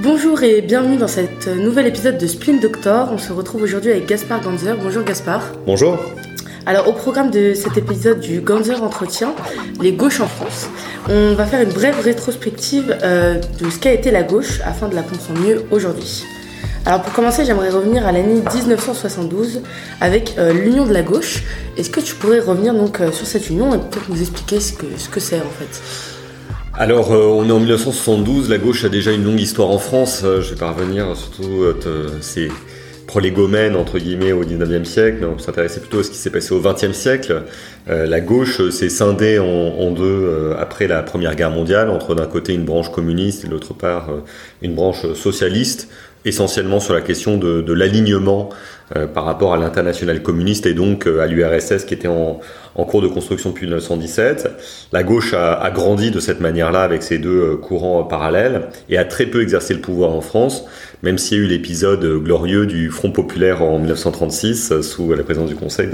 Bonjour et bienvenue dans cet nouvel épisode de Spleen Doctor. On se retrouve aujourd'hui avec Gaspard Ganzer. Bonjour Gaspard. Bonjour. Alors au programme de cet épisode du Ganzer Entretien, les gauches en France, on va faire une brève rétrospective de ce qu'a été la gauche afin de la comprendre mieux aujourd'hui. Alors pour commencer, j'aimerais revenir à l'année 1972 avec l'Union de la gauche. Est-ce que tu pourrais revenir donc sur cette union et peut-être nous expliquer ce que c'est en fait ? Alors, on est en 1972, la gauche a déjà une longue histoire en France. Je vais pas revenir surtout ces prolégomènes, entre guillemets, au 19e siècle. On s'intéressait plutôt à ce qui s'est passé au 20e siècle. La gauche s'est scindée en deux après la Première Guerre mondiale, entre d'un côté une branche communiste et de l'autre part une branche socialiste, essentiellement sur la question de l'alignement par rapport à l'internationale communiste et donc à l'URSS qui était en cours de construction depuis 1917. La gauche a grandi de cette manière-là avec ces deux courants parallèles et a très peu exercé le pouvoir en France, même s'il y a eu l'épisode glorieux du Front populaire en 1936 sous la présidence du Conseil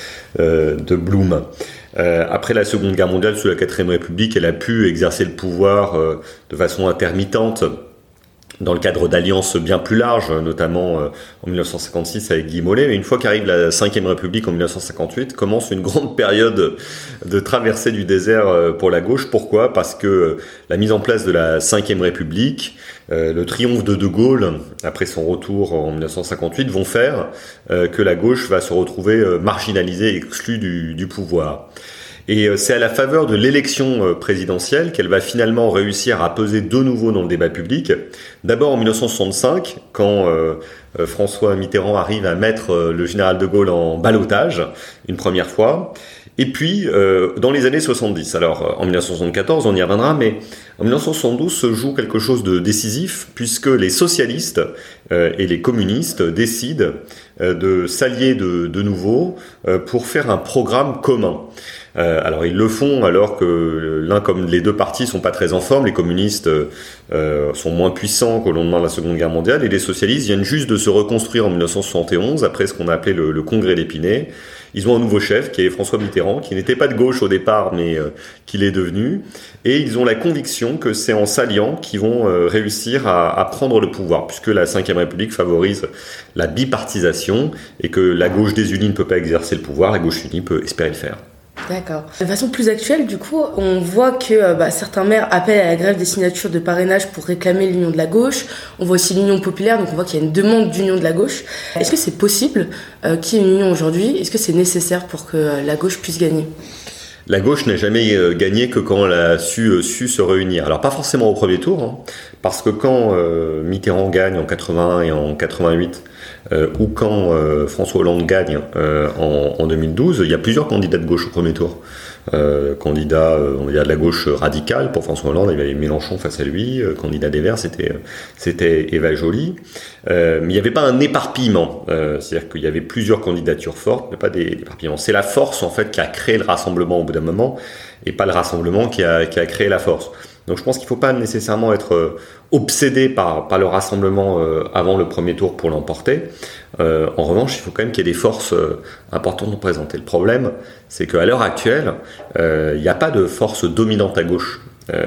de Blum. Après la Seconde Guerre mondiale, sous la 4ème République, elle a pu exercer le pouvoir de façon intermittente dans le cadre d'alliances bien plus larges, notamment en 1956 avec Guy Mollet. Mais une fois qu'arrive la 5e République en 1958, commence une grande période de traversée du désert pour la gauche. Pourquoi ? Parce que la mise en place de la 5e République, le triomphe de Gaulle, après son retour en 1958, vont faire que la gauche va se retrouver marginalisée et exclue du pouvoir. Et c'est à la faveur de l'élection présidentielle qu'elle va finalement réussir à peser de nouveau dans le débat public. D'abord en 1965, quand François Mitterrand arrive à mettre le général de Gaulle en ballottage, une première fois. Et puis, dans les années 70. Alors, en 1974, on y reviendra, mais en 1972 se joue quelque chose de décisif, puisque les socialistes et les communistes décident de s'allier de nouveau pour faire un programme commun. Alors ils le font alors que l'un comme les deux partis sont pas très en forme. Les communistes sont moins puissants qu'au lendemain de la Seconde Guerre mondiale et les socialistes viennent juste de se reconstruire en 1971 après ce qu'on a appelé le congrès d'Épinay. Ils ont un nouveau chef qui est François Mitterrand, qui n'était pas de gauche au départ mais qui l'est devenu, et ils ont la conviction que c'est en s'alliant qu'ils vont réussir à prendre le pouvoir, puisque la 5e République favorise la bipartisation et que la gauche désunie ne peut pas exercer le pouvoir, la gauche unie peut espérer le faire. D'accord. De façon plus actuelle, du coup, on voit que certains maires appellent à la grève des signatures de parrainage pour réclamer l'union de la gauche. On voit aussi l'union populaire, donc on voit qu'il y a une demande d'union de la gauche. Est-ce que c'est possible qu'il y ait une union aujourd'hui ? Est-ce que c'est nécessaire pour que la gauche puisse gagner ? La gauche n'a jamais gagné que quand elle a su se réunir. Alors pas forcément au premier tour, parce que quand Mitterrand gagne en 81 et en 88, ou quand François Hollande gagne en 2012, il y a plusieurs candidats de gauche au premier tour. Candidat, on va dire de la gauche radicale pour François Hollande, il y avait Mélenchon face à lui. Candidat des Verts, c'était Eva Joly. Mais il n'y avait pas un éparpillement, c'est-à-dire qu'il y avait plusieurs candidatures fortes, mais pas d'éparpillement. C'est la force en fait qui a créé le rassemblement au bout d'un moment, et pas le rassemblement qui a créé la force. Donc je pense qu'il ne faut pas nécessairement être obsédé par le rassemblement avant le premier tour pour l'emporter. En revanche, il faut quand même qu'il y ait des forces importantes représentées. Le problème, c'est qu'à l'heure actuelle, il n'y a pas de force dominante à gauche.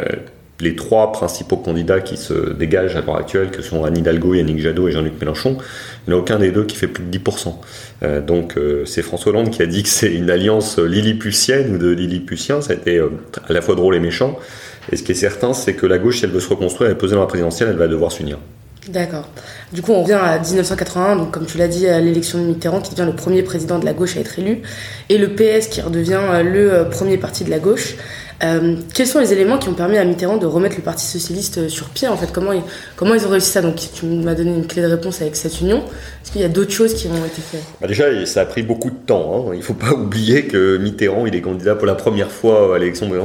Les trois principaux candidats qui se dégagent à l'heure actuelle, que sont Anne Hidalgo, Yannick Jadot et Jean-Luc Mélenchon, il n'y en a aucun des deux qui fait plus de 10%. Donc c'est François Hollande qui a dit que c'est une alliance lilliputienne ou de Lilliputien. Ça a été à la fois drôle et méchant. Et ce qui est certain, c'est que la gauche, si elle veut se reconstruire et peser dans la présidentielle, elle va devoir s'unir. D'accord. Du coup, on revient à 1981, donc comme tu l'as dit, à l'élection de Mitterrand, qui devient le premier président de la gauche à être élu, et le PS qui redevient le premier parti de la gauche. Quels sont les éléments qui ont permis à Mitterrand de remettre le Parti socialiste sur pied en fait, comment ils ont réussi ça? Donc tu m'as donné une clé de réponse avec cette union. Est-ce qu'il y a d'autres choses qui ont été faites? Déjà, ça a pris beaucoup de temps. Il ne faut pas oublier que Mitterrand, il est candidat pour la première fois à l'élection de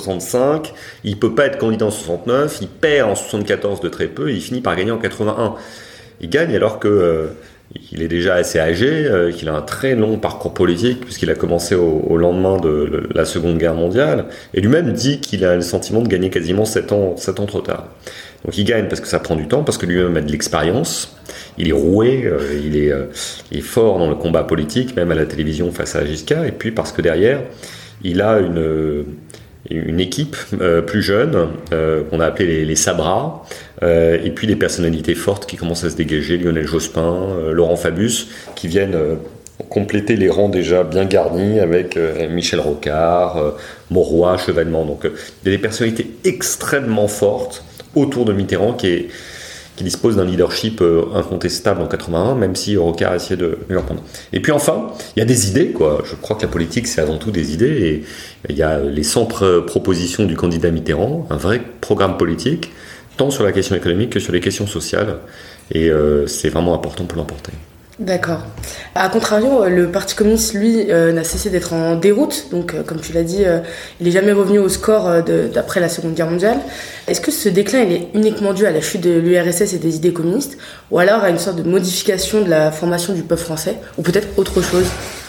1965. Il ne peut pas être candidat en 69. Il perd en 74 de très peu et il finit par gagner en 81. Il gagne alors que il est déjà assez âgé, qu'il a un très long parcours politique puisqu'il a commencé au lendemain de la Seconde Guerre mondiale, et lui-même dit qu'il a le sentiment de gagner quasiment 7 ans trop tard. Donc il gagne parce que ça prend du temps, parce que lui-même a de l'expérience, il est roué, il est fort dans le combat politique, même à la télévision face à Giscard, et puis parce que derrière, il a une équipe plus jeune, qu'on a appelé les Sabras, et puis des personnalités fortes qui commencent à se dégager, Lionel Jospin, Laurent Fabius, qui viennent compléter les rangs déjà bien garnis avec Michel Rocard, Mauroy, Chevènement. Donc il y a des personnalités extrêmement fortes autour de Mitterrand qui dispose d'un leadership incontestable en 81, même si Rocard a essayé de lui reprendre. Et puis enfin, il y a des idées, quoi. Je crois que la politique, c'est avant tout des idées, et il y a les 100 propositions du candidat Mitterrand, un vrai programme politique, tant sur la question économique que sur les questions sociales, et c'est vraiment important pour l'emporter. D'accord. A contrario, le Parti communiste, lui, n'a cessé d'être en déroute. Donc, comme tu l'as dit, il n'est jamais revenu au score d'après la Seconde Guerre mondiale. Est-ce que ce déclin il est uniquement dû à la chute de l'URSS et des idées communistes, ou alors à une sorte de modification de la formation du peuple français, ou peut-être autre chose ?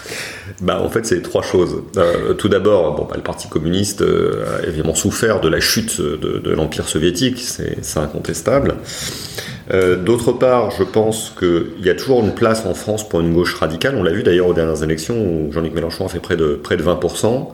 En fait, c'est trois choses. Tout d'abord, le Parti communiste a évidemment souffert de la chute de l'Empire soviétique, c'est incontestable. D'autre part, je pense qu'il y a toujours une place en France pour une gauche radicale. On l'a vu d'ailleurs aux dernières élections où Jean-Luc Mélenchon a fait près de 20%,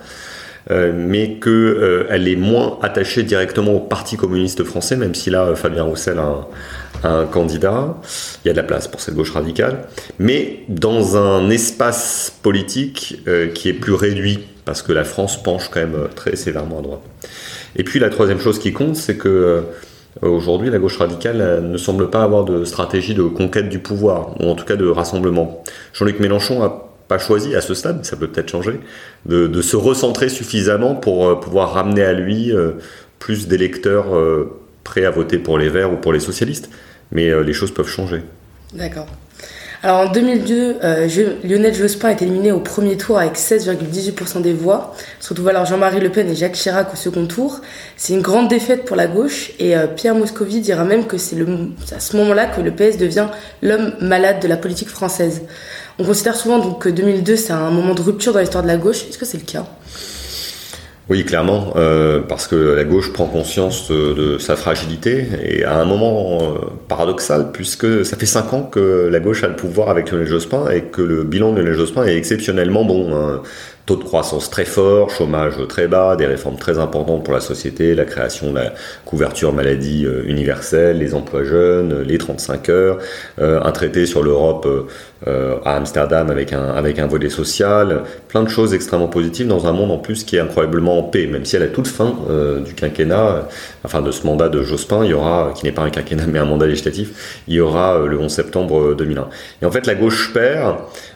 mais qu'elle est moins attachée directement au Parti communiste français, même si là, Fabien Roussel a un candidat. Il y a de la place pour cette gauche radicale, mais dans un espace politique qui est plus réduit, parce que la France penche quand même très sévèrement à droite. Et puis la troisième chose qui compte, c'est que aujourd'hui, la gauche radicale ne semble pas avoir de stratégie de conquête du pouvoir, ou en tout cas de rassemblement. Jean-Luc Mélenchon n'a pas choisi, à ce stade, ça peut peut-être changer, de se recentrer suffisamment pour pouvoir ramener à lui plus d'électeurs prêts à voter pour les Verts ou pour les socialistes. Mais les choses peuvent changer. D'accord. Alors en 2002, Lionel Jospin est éliminé au premier tour avec 16,18% des voix. Se retrouvent alors Jean-Marie Le Pen et Jacques Chirac au second tour. C'est une grande défaite pour la gauche et Pierre Moscovici dira même que c'est à ce moment-là que le PS devient l'homme malade de la politique française. On considère souvent donc que 2002 c'est un moment de rupture dans l'histoire de la gauche. Est-ce que c'est le cas ? Oui, clairement, parce que la gauche prend conscience de sa fragilité, et à un moment paradoxal, puisque ça fait 5 ans que la gauche a le pouvoir avec Lionel Jospin, et que le bilan de Lionel Jospin est exceptionnellement bon. Taux de croissance très fort, chômage très bas, des réformes très importantes pour la société, la création de la couverture maladie universelle, les emplois jeunes, les 35 heures, un traité sur l'Europe à Amsterdam avec un volet social, plein de choses extrêmement positives dans un monde en plus qui est incroyablement en paix, même si à la toute fin du quinquennat, de ce mandat de Jospin, il y aura, qui n'est pas un quinquennat mais un mandat législatif, il y aura le 11 septembre 2001. Et en fait la gauche perd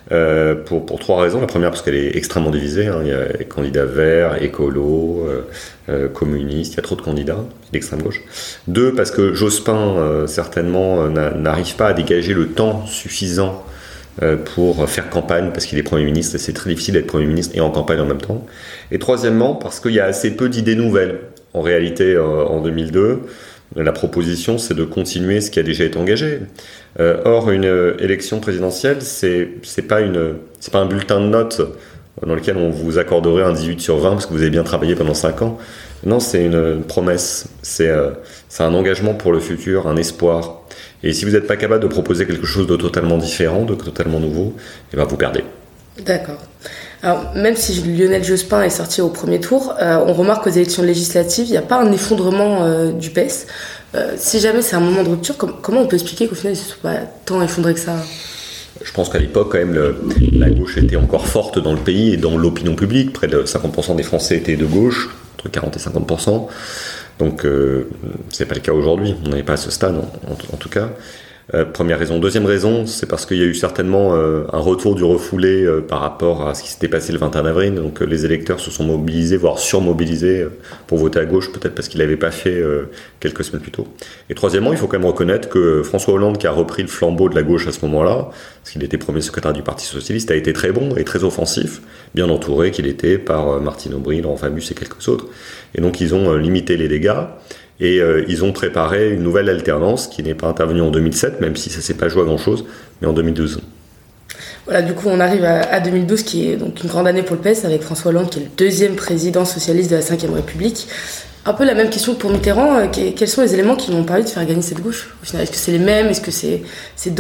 pour 3 raisons. La première parce qu'elle est extrêmement divisée, il y a les candidats verts, écolos, communistes, il y a trop de candidats d'extrême gauche. 2, parce que Jospin certainement n'arrive pas à dégager le temps suffisant pour faire campagne, parce qu'il est Premier ministre et c'est très difficile d'être Premier ministre et en campagne en même temps. Et troisièmement, parce qu'il y a assez peu d'idées nouvelles. En réalité, en 2002, la proposition, c'est de continuer ce qui a déjà été engagé. Or, une élection présidentielle, c'est pas un bulletin de notes dans lequel on vous accorderait un 18 sur 20 parce que vous avez bien travaillé pendant 5 ans. Non, c'est une promesse. C'est un engagement pour le futur, un espoir. Et si vous n'êtes pas capable de proposer quelque chose de totalement différent, de totalement nouveau, vous perdez. D'accord. Alors, même si Lionel Jospin est sorti au premier tour, on remarque qu'aux élections législatives, il n'y a pas un effondrement du PS. Si jamais c'est un moment de rupture, comment on peut expliquer qu'au final, il ne se soit pas tant effondré que ça ? Je pense qu'à l'époque, quand même, la gauche était encore forte dans le pays et dans l'opinion publique. Près de 50% des Français étaient de gauche, entre 40 et 50%. Donc, c'est pas le cas aujourd'hui. On n'est pas à ce stade, en tout cas. Première raison. Deuxième raison, c'est parce qu'il y a eu certainement un retour du refoulé par rapport à ce qui s'était passé le 21 avril. Donc les électeurs se sont mobilisés, voire surmobilisés pour voter à gauche, peut-être parce qu'ils ne l'avaient pas fait quelques semaines plus tôt. Et troisièmement, il faut quand même reconnaître que François Hollande, qui a repris le flambeau de la gauche à ce moment-là, parce qu'il était premier secrétaire du Parti Socialiste, a été très bon et très offensif, bien entouré qu'il était par Martine Aubry, Laurent Fabius et quelques autres. Et donc ils ont limité les dégâts. Et ils ont préparé une nouvelle alternance qui n'est pas intervenue en 2007, même si ça ne s'est pas joué à grand-chose, mais en 2012. Voilà, du coup, on arrive à 2012, qui est donc une grande année pour le PS, avec François Hollande, qui est le deuxième président socialiste de la Ve République. Un peu la même question que pour Mitterrand, quels sont les éléments qui lui ont permis de faire gagner cette gauche ? Au final, est-ce que c'est les mêmes ? Est-ce que c'est d'autres ?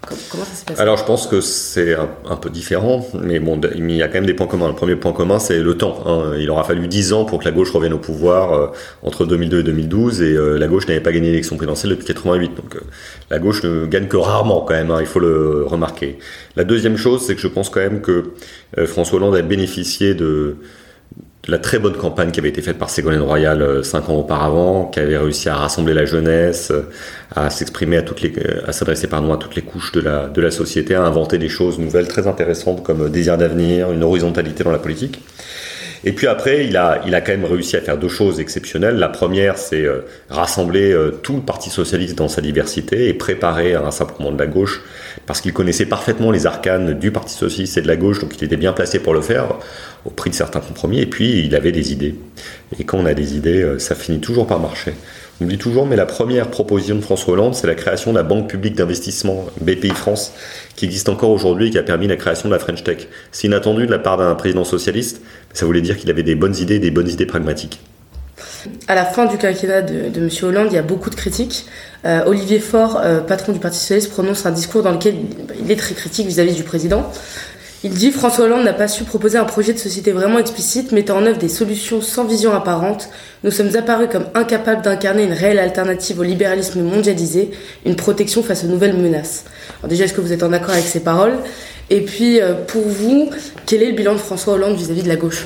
Comment ça s'est passé? Alors je pense que c'est un peu différent, mais bon, il y a quand même des points communs. Le premier point commun, c'est le temps, hein. Il aura fallu 10 ans pour que la gauche revienne au pouvoir entre 2002 et 2012, et la gauche n'avait pas gagné l'élection présidentielle depuis 88. Donc la gauche ne gagne que rarement quand même, hein, il faut le remarquer. La deuxième chose, c'est que je pense quand même que François Hollande a bénéficié de la très bonne campagne qui avait été faite par Ségolène Royal 5 ans auparavant, qui avait réussi à rassembler la jeunesse, à s'exprimer à s'adresser à toutes les couches de la société, à inventer des choses nouvelles très intéressantes comme désir d'avenir, une horizontalité dans la politique. Et puis après, il a quand même réussi à faire deux choses exceptionnelles. La première, c'est rassembler tout le Parti socialiste dans sa diversité et préparer un rassemblement de la gauche, parce qu'il connaissait parfaitement les arcanes du Parti socialiste et de la gauche, donc il était bien placé pour le faire, au prix de certains compromis. Et puis, il avait des idées. Et quand on a des idées, ça finit toujours par marcher. On dit toujours, mais la première proposition de François Hollande, c'est la création de la Banque publique d'investissement, BPI France, qui existe encore aujourd'hui et qui a permis la création de la French Tech. C'est inattendu de la part d'un président socialiste, mais ça voulait dire qu'il avait des bonnes idées pragmatiques. À la fin du quinquennat de M. Hollande, il y a beaucoup de critiques. Olivier Faure, patron du Parti socialiste, prononce un discours dans lequel il est très critique vis-à-vis du président. Il dit « François Hollande n'a pas su proposer un projet de société vraiment explicite, mettant en œuvre des solutions sans vision apparente. Nous sommes apparus comme incapables d'incarner une réelle alternative au libéralisme mondialisé, une protection face aux nouvelles menaces. » Alors déjà, est-ce que vous êtes en accord avec ces paroles? Et puis, pour vous, quel est le bilan de François Hollande vis-à-vis de la gauche?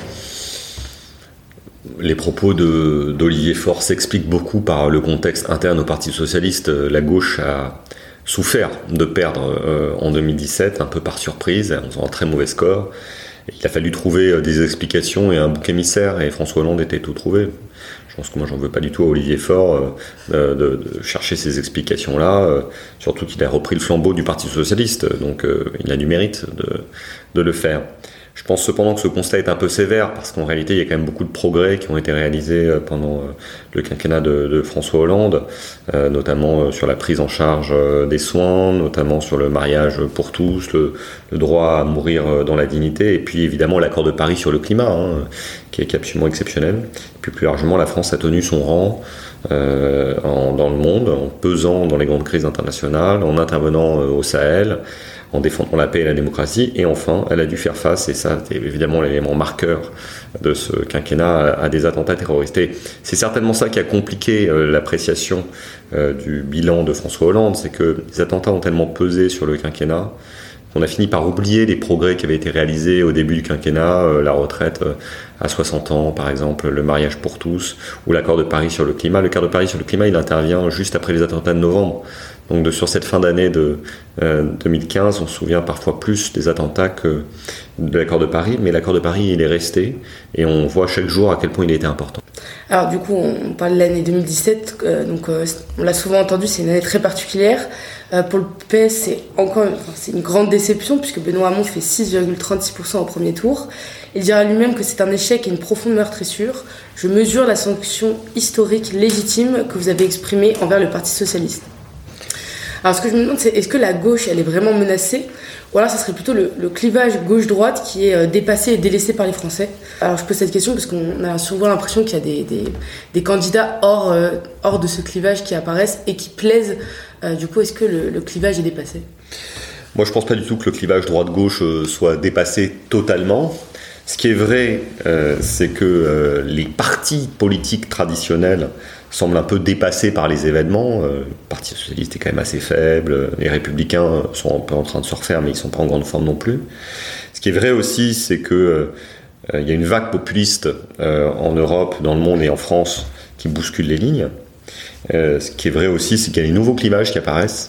Les propos d'Olivier Faure s'expliquent beaucoup par le contexte interne au Parti socialiste. La gauche a souffert de perdre en 2017, un peu par surprise, en faisant un très mauvais score. Il a fallu trouver des explications et un bouc émissaire, et François Hollande était tout trouvé. Je pense que moi, j'en veux pas du tout à Olivier Faure de chercher ces explications-là, surtout qu'il a repris le flambeau du Parti socialiste, donc il a du mérite de le faire. Je pense cependant que ce constat est un peu sévère, parce qu'en réalité, il y a quand même beaucoup de progrès qui ont été réalisés pendant le quinquennat de François Hollande, notamment sur la prise en charge des soins, notamment sur le mariage pour tous, le droit à mourir dans la dignité, et puis évidemment l'accord de Paris sur le climat, qui est absolument exceptionnel. Et puis plus largement, la France a tenu son rang dans le monde, en pesant dans les grandes crises internationales, en intervenant au Sahel, en défendant la paix et la démocratie, et enfin, elle a dû faire face, et ça c'est évidemment l'élément marqueur de ce quinquennat, à des attentats terroristes. Et c'est certainement ça qui a compliqué l'appréciation du bilan de François Hollande, c'est que les attentats ont tellement pesé sur le quinquennat qu'on a fini par oublier les progrès qui avaient été réalisés au début du quinquennat, la retraite à 60 ans par exemple, le mariage pour tous, ou l'accord de Paris sur le climat. L'accord de Paris sur le climat, il intervient juste après les attentats de novembre. Donc sur cette fin d'année de 2015, on se souvient parfois plus des attentats que de l'accord de Paris, mais l'accord de Paris, il est resté, et on voit chaque jour à quel point il était important. Alors du coup, on parle de l'année 2017, on l'a souvent entendu, c'est une année très particulière. Pour le PS, c'est une grande déception, puisque Benoît Hamon fait 6,36% au premier tour. Il dira lui-même que c'est un échec et une profonde meurtrissure. Je mesure la sanction historique légitime que vous avez exprimée envers le Parti socialiste. Alors ce que je me demande, c'est est-ce que la gauche, elle est vraiment menacée, ou alors ça serait plutôt le clivage gauche-droite qui est dépassé et délaissé par les Français? Alors je pose cette question parce qu'on a souvent l'impression qu'il y a des candidats hors de ce clivage qui apparaissent et qui plaisent. Du coup, est-ce que le clivage est dépassé? Moi, je pense pas du tout que le clivage droite-gauche soit dépassé totalement. Ce qui est vrai, c'est que les partis politiques traditionnels semblent un peu dépassés par les événements. Le Parti socialiste est quand même assez faible, les Républicains sont un peu en train de se refaire, mais ils ne sont pas en grande forme non plus. Ce qui est vrai aussi, c'est que il y a une vague populiste en Europe, dans le monde et en France qui bouscule les lignes. Ce qui est vrai aussi, c'est qu'il y a des nouveaux clivages qui apparaissent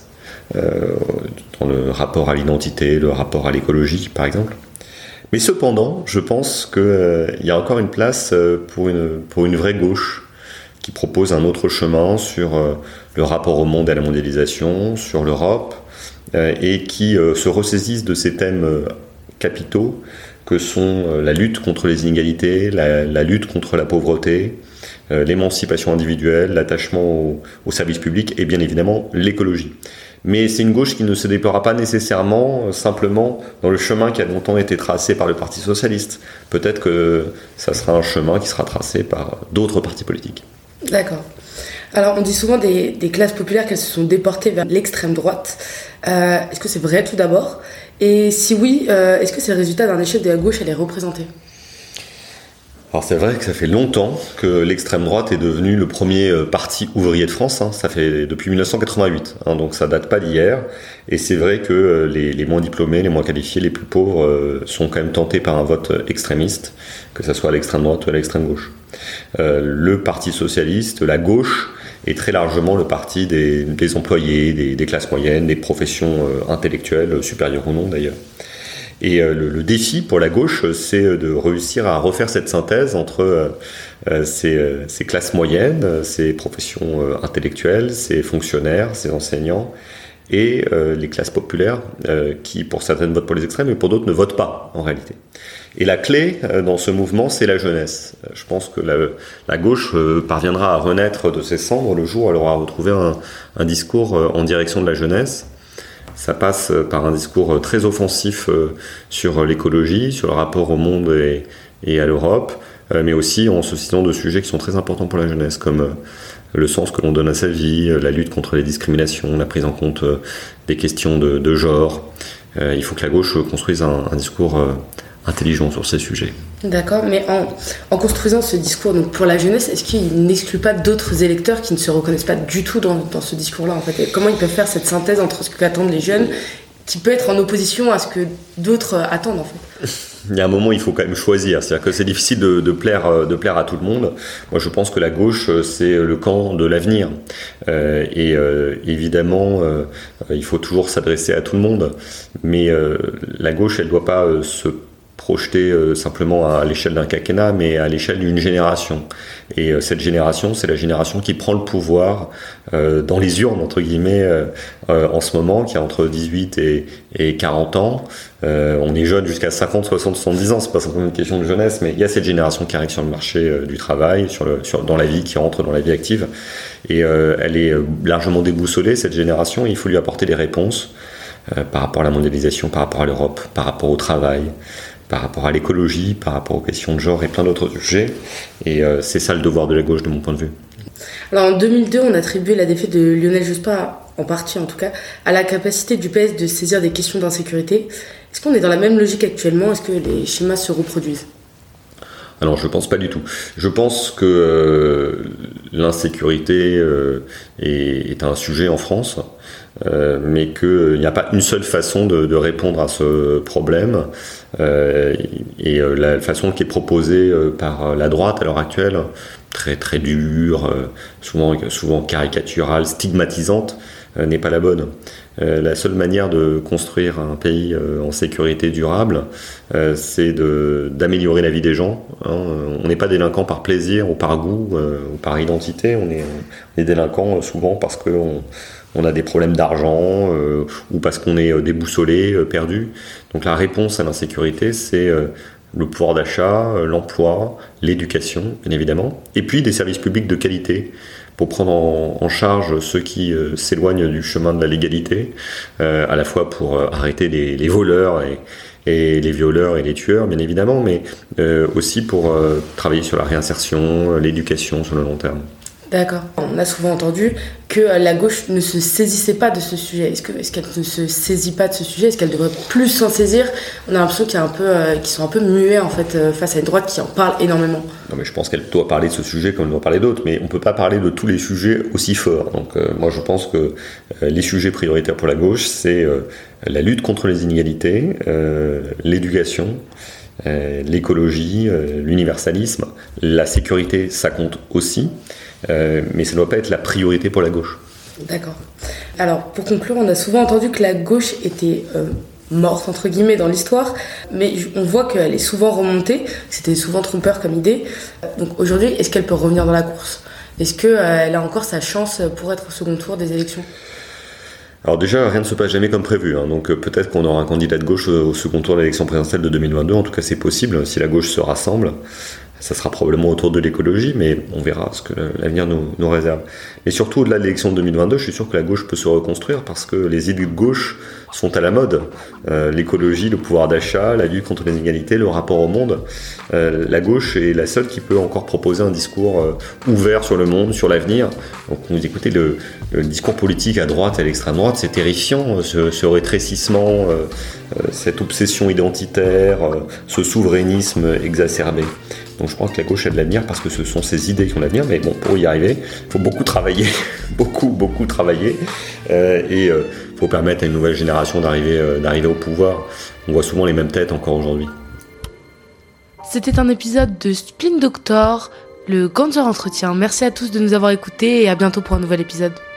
dans le rapport à l'identité, le rapport à l'écologie, par exemple. Mais cependant, je pense qu'il y a encore une place pour une vraie gauche qui propose un autre chemin sur le rapport au monde et à la mondialisation, sur l'Europe, et qui se ressaisissent de ces thèmes capitaux que sont la lutte contre les inégalités, la lutte contre la pauvreté, l'émancipation individuelle, l'attachement au service public et bien évidemment l'écologie. Mais c'est une gauche qui ne se déploiera pas nécessairement simplement dans le chemin qui a longtemps été tracé par le Parti socialiste. Peut-être que ça sera un chemin qui sera tracé par d'autres partis politiques. D'accord. Alors, on dit souvent des classes populaires qu'elles se sont déportées vers l'extrême droite. Est-ce que c'est vrai tout d'abord ? Et si oui, est-ce que c'est le résultat d'un échec de la gauche à les représenter ? Alors c'est vrai que ça fait longtemps que l'extrême droite est devenue le premier parti ouvrier de France, ça fait depuis 1988, donc ça date pas d'hier, et c'est vrai que les moins diplômés, les moins qualifiés, les plus pauvres sont quand même tentés par un vote extrémiste, que ce soit à l'extrême droite ou à l'extrême gauche. Le parti socialiste, la gauche, est très largement le parti des employés, des classes moyennes, des professions intellectuelles, supérieures ou non d'ailleurs. Et le défi pour la gauche, c'est de réussir à refaire cette synthèse entre ces classes moyennes, ces professions intellectuelles, ces fonctionnaires, ces enseignants, et les classes populaires qui, pour certaines, votent pour les extrêmes, mais pour d'autres, ne votent pas, en réalité. Et la clé dans ce mouvement, c'est la jeunesse. Je pense que la gauche parviendra à renaître de ses cendres le jour où elle aura retrouvé un discours en direction de la jeunesse. Ça passe par un discours très offensif sur l'écologie, sur le rapport au monde et à l'Europe, mais aussi en se citant de sujets qui sont très importants pour la jeunesse, comme le sens que l'on donne à sa vie, la lutte contre les discriminations, la prise en compte des questions de genre. Il faut que la gauche construise un discours intelligent sur ces sujets. D'accord, mais en construisant ce discours donc pour la jeunesse, est-ce qu'il n'exclut pas d'autres électeurs qui ne se reconnaissent pas du tout dans ce discours-là en fait ? Et comment ils peuvent faire cette synthèse entre ce qu'attendent les jeunes, qui peut être en opposition à ce que d'autres attendent en fait ? Il y a un moment, il faut quand même choisir. C'est-à-dire que c'est difficile de plaire à tout le monde. Moi, je pense que la gauche, c'est le camp de l'avenir. Évidemment, il faut toujours s'adresser à tout le monde. Mais la gauche, elle ne doit pas se projeter simplement à l'échelle d'un quinquennat, mais à l'échelle d'une génération. Et cette génération, c'est la génération qui prend le pouvoir dans les urnes, entre guillemets, en ce moment, qui a entre 18 et 40 ans. On est jeune jusqu'à 50, 60, 70 ans, c'est pas simplement une question de jeunesse, mais il y a cette génération qui arrive sur le marché du travail, dans la vie, qui rentre dans la vie active. Et elle est largement déboussolée, cette génération, et il faut lui apporter des réponses par rapport à la mondialisation, par rapport à l'Europe, par rapport au travail, par rapport à l'écologie, par rapport aux questions de genre et plein d'autres sujets. Et c'est ça le devoir de la gauche, de mon point de vue. Alors en 2002, on attribuait la défaite de Lionel Jospin, en partie en tout cas, à la capacité du PS de saisir des questions d'insécurité. Est-ce qu'on est dans la même logique actuellement ? Est-ce que les schémas se reproduisent ? Alors je pense pas du tout. Je pense que l'insécurité est un sujet en France, mais qu'il n'y a pas une seule façon de répondre à ce problème. Et la façon qui est proposée par la droite à l'heure actuelle, très très dure, souvent caricaturale, stigmatisante, n'est pas la bonne. La seule manière de construire un pays en sécurité durable, c'est d'améliorer la vie des gens. On n'est pas délinquant par plaisir ou par goût ou par identité, on est délinquant souvent parce qu'on a des problèmes d'argent ou parce qu'on est déboussolé, perdu. Donc la réponse à l'insécurité, c'est le pouvoir d'achat, l'emploi, l'éducation, bien évidemment, et puis des services publics de qualité pour prendre en charge ceux qui s'éloignent du chemin de la légalité, à la fois pour arrêter les voleurs et les violeurs et les tueurs, bien évidemment, mais aussi pour travailler sur la réinsertion, l'éducation sur le long terme. D'accord. On a souvent entendu que la gauche ne se saisissait pas de ce sujet. Est-ce qu'elle ne se saisit pas de ce sujet ? Est-ce qu'elle devrait plus s'en saisir ? On a l'impression qu'ils sont un peu muets en fait, face à une droite qui en parle énormément. Non, mais je pense qu'elle doit parler de ce sujet comme elle doit parler d'autres, mais on ne peut pas parler de tous les sujets aussi forts. Donc moi je pense que les sujets prioritaires pour la gauche, c'est la lutte contre les inégalités, l'éducation, l'écologie, l'universalisme, la sécurité, ça compte aussi. Mais ça ne doit pas être la priorité pour la gauche. D'accord. Alors, pour conclure, on a souvent entendu que la gauche était morte, entre guillemets, dans l'histoire, mais on voit qu'elle est souvent remontée, c'était souvent trompeur comme idée. Donc aujourd'hui, est-ce qu'elle peut revenir dans la course ? Est-ce qu'elle a encore sa chance pour être au second tour des élections ? Alors déjà, rien ne se passe jamais comme prévu, donc peut-être qu'on aura un candidat de gauche au second tour de l'élection présidentielle de 2022, en tout cas c'est possible, si la gauche se rassemble. Ça sera probablement autour de l'écologie, mais on verra ce que l'avenir nous réserve. Mais surtout, au-delà de l'élection de 2022, je suis sûr que la gauche peut se reconstruire parce que les idées de gauche sont à la mode. L'écologie, le pouvoir d'achat, la lutte contre les inégalités, le rapport au monde. La gauche est la seule qui peut encore proposer un discours ouvert sur le monde, sur l'avenir. Donc, vous écoutez le discours politique à droite et à l'extrême droite, c'est terrifiant, ce rétrécissement, cette obsession identitaire, ce souverainisme exacerbé. Donc je pense que la gauche a de l'avenir parce que ce sont ces idées qui ont l'avenir, mais bon, pour y arriver, il faut beaucoup travailler, beaucoup travailler, et il faut permettre à une nouvelle génération d'arriver au pouvoir. On voit souvent les mêmes têtes encore aujourd'hui. C'était un épisode de Spin Doctor, le Ganser Entretien. Merci à tous de nous avoir écoutés et à bientôt pour un nouvel épisode.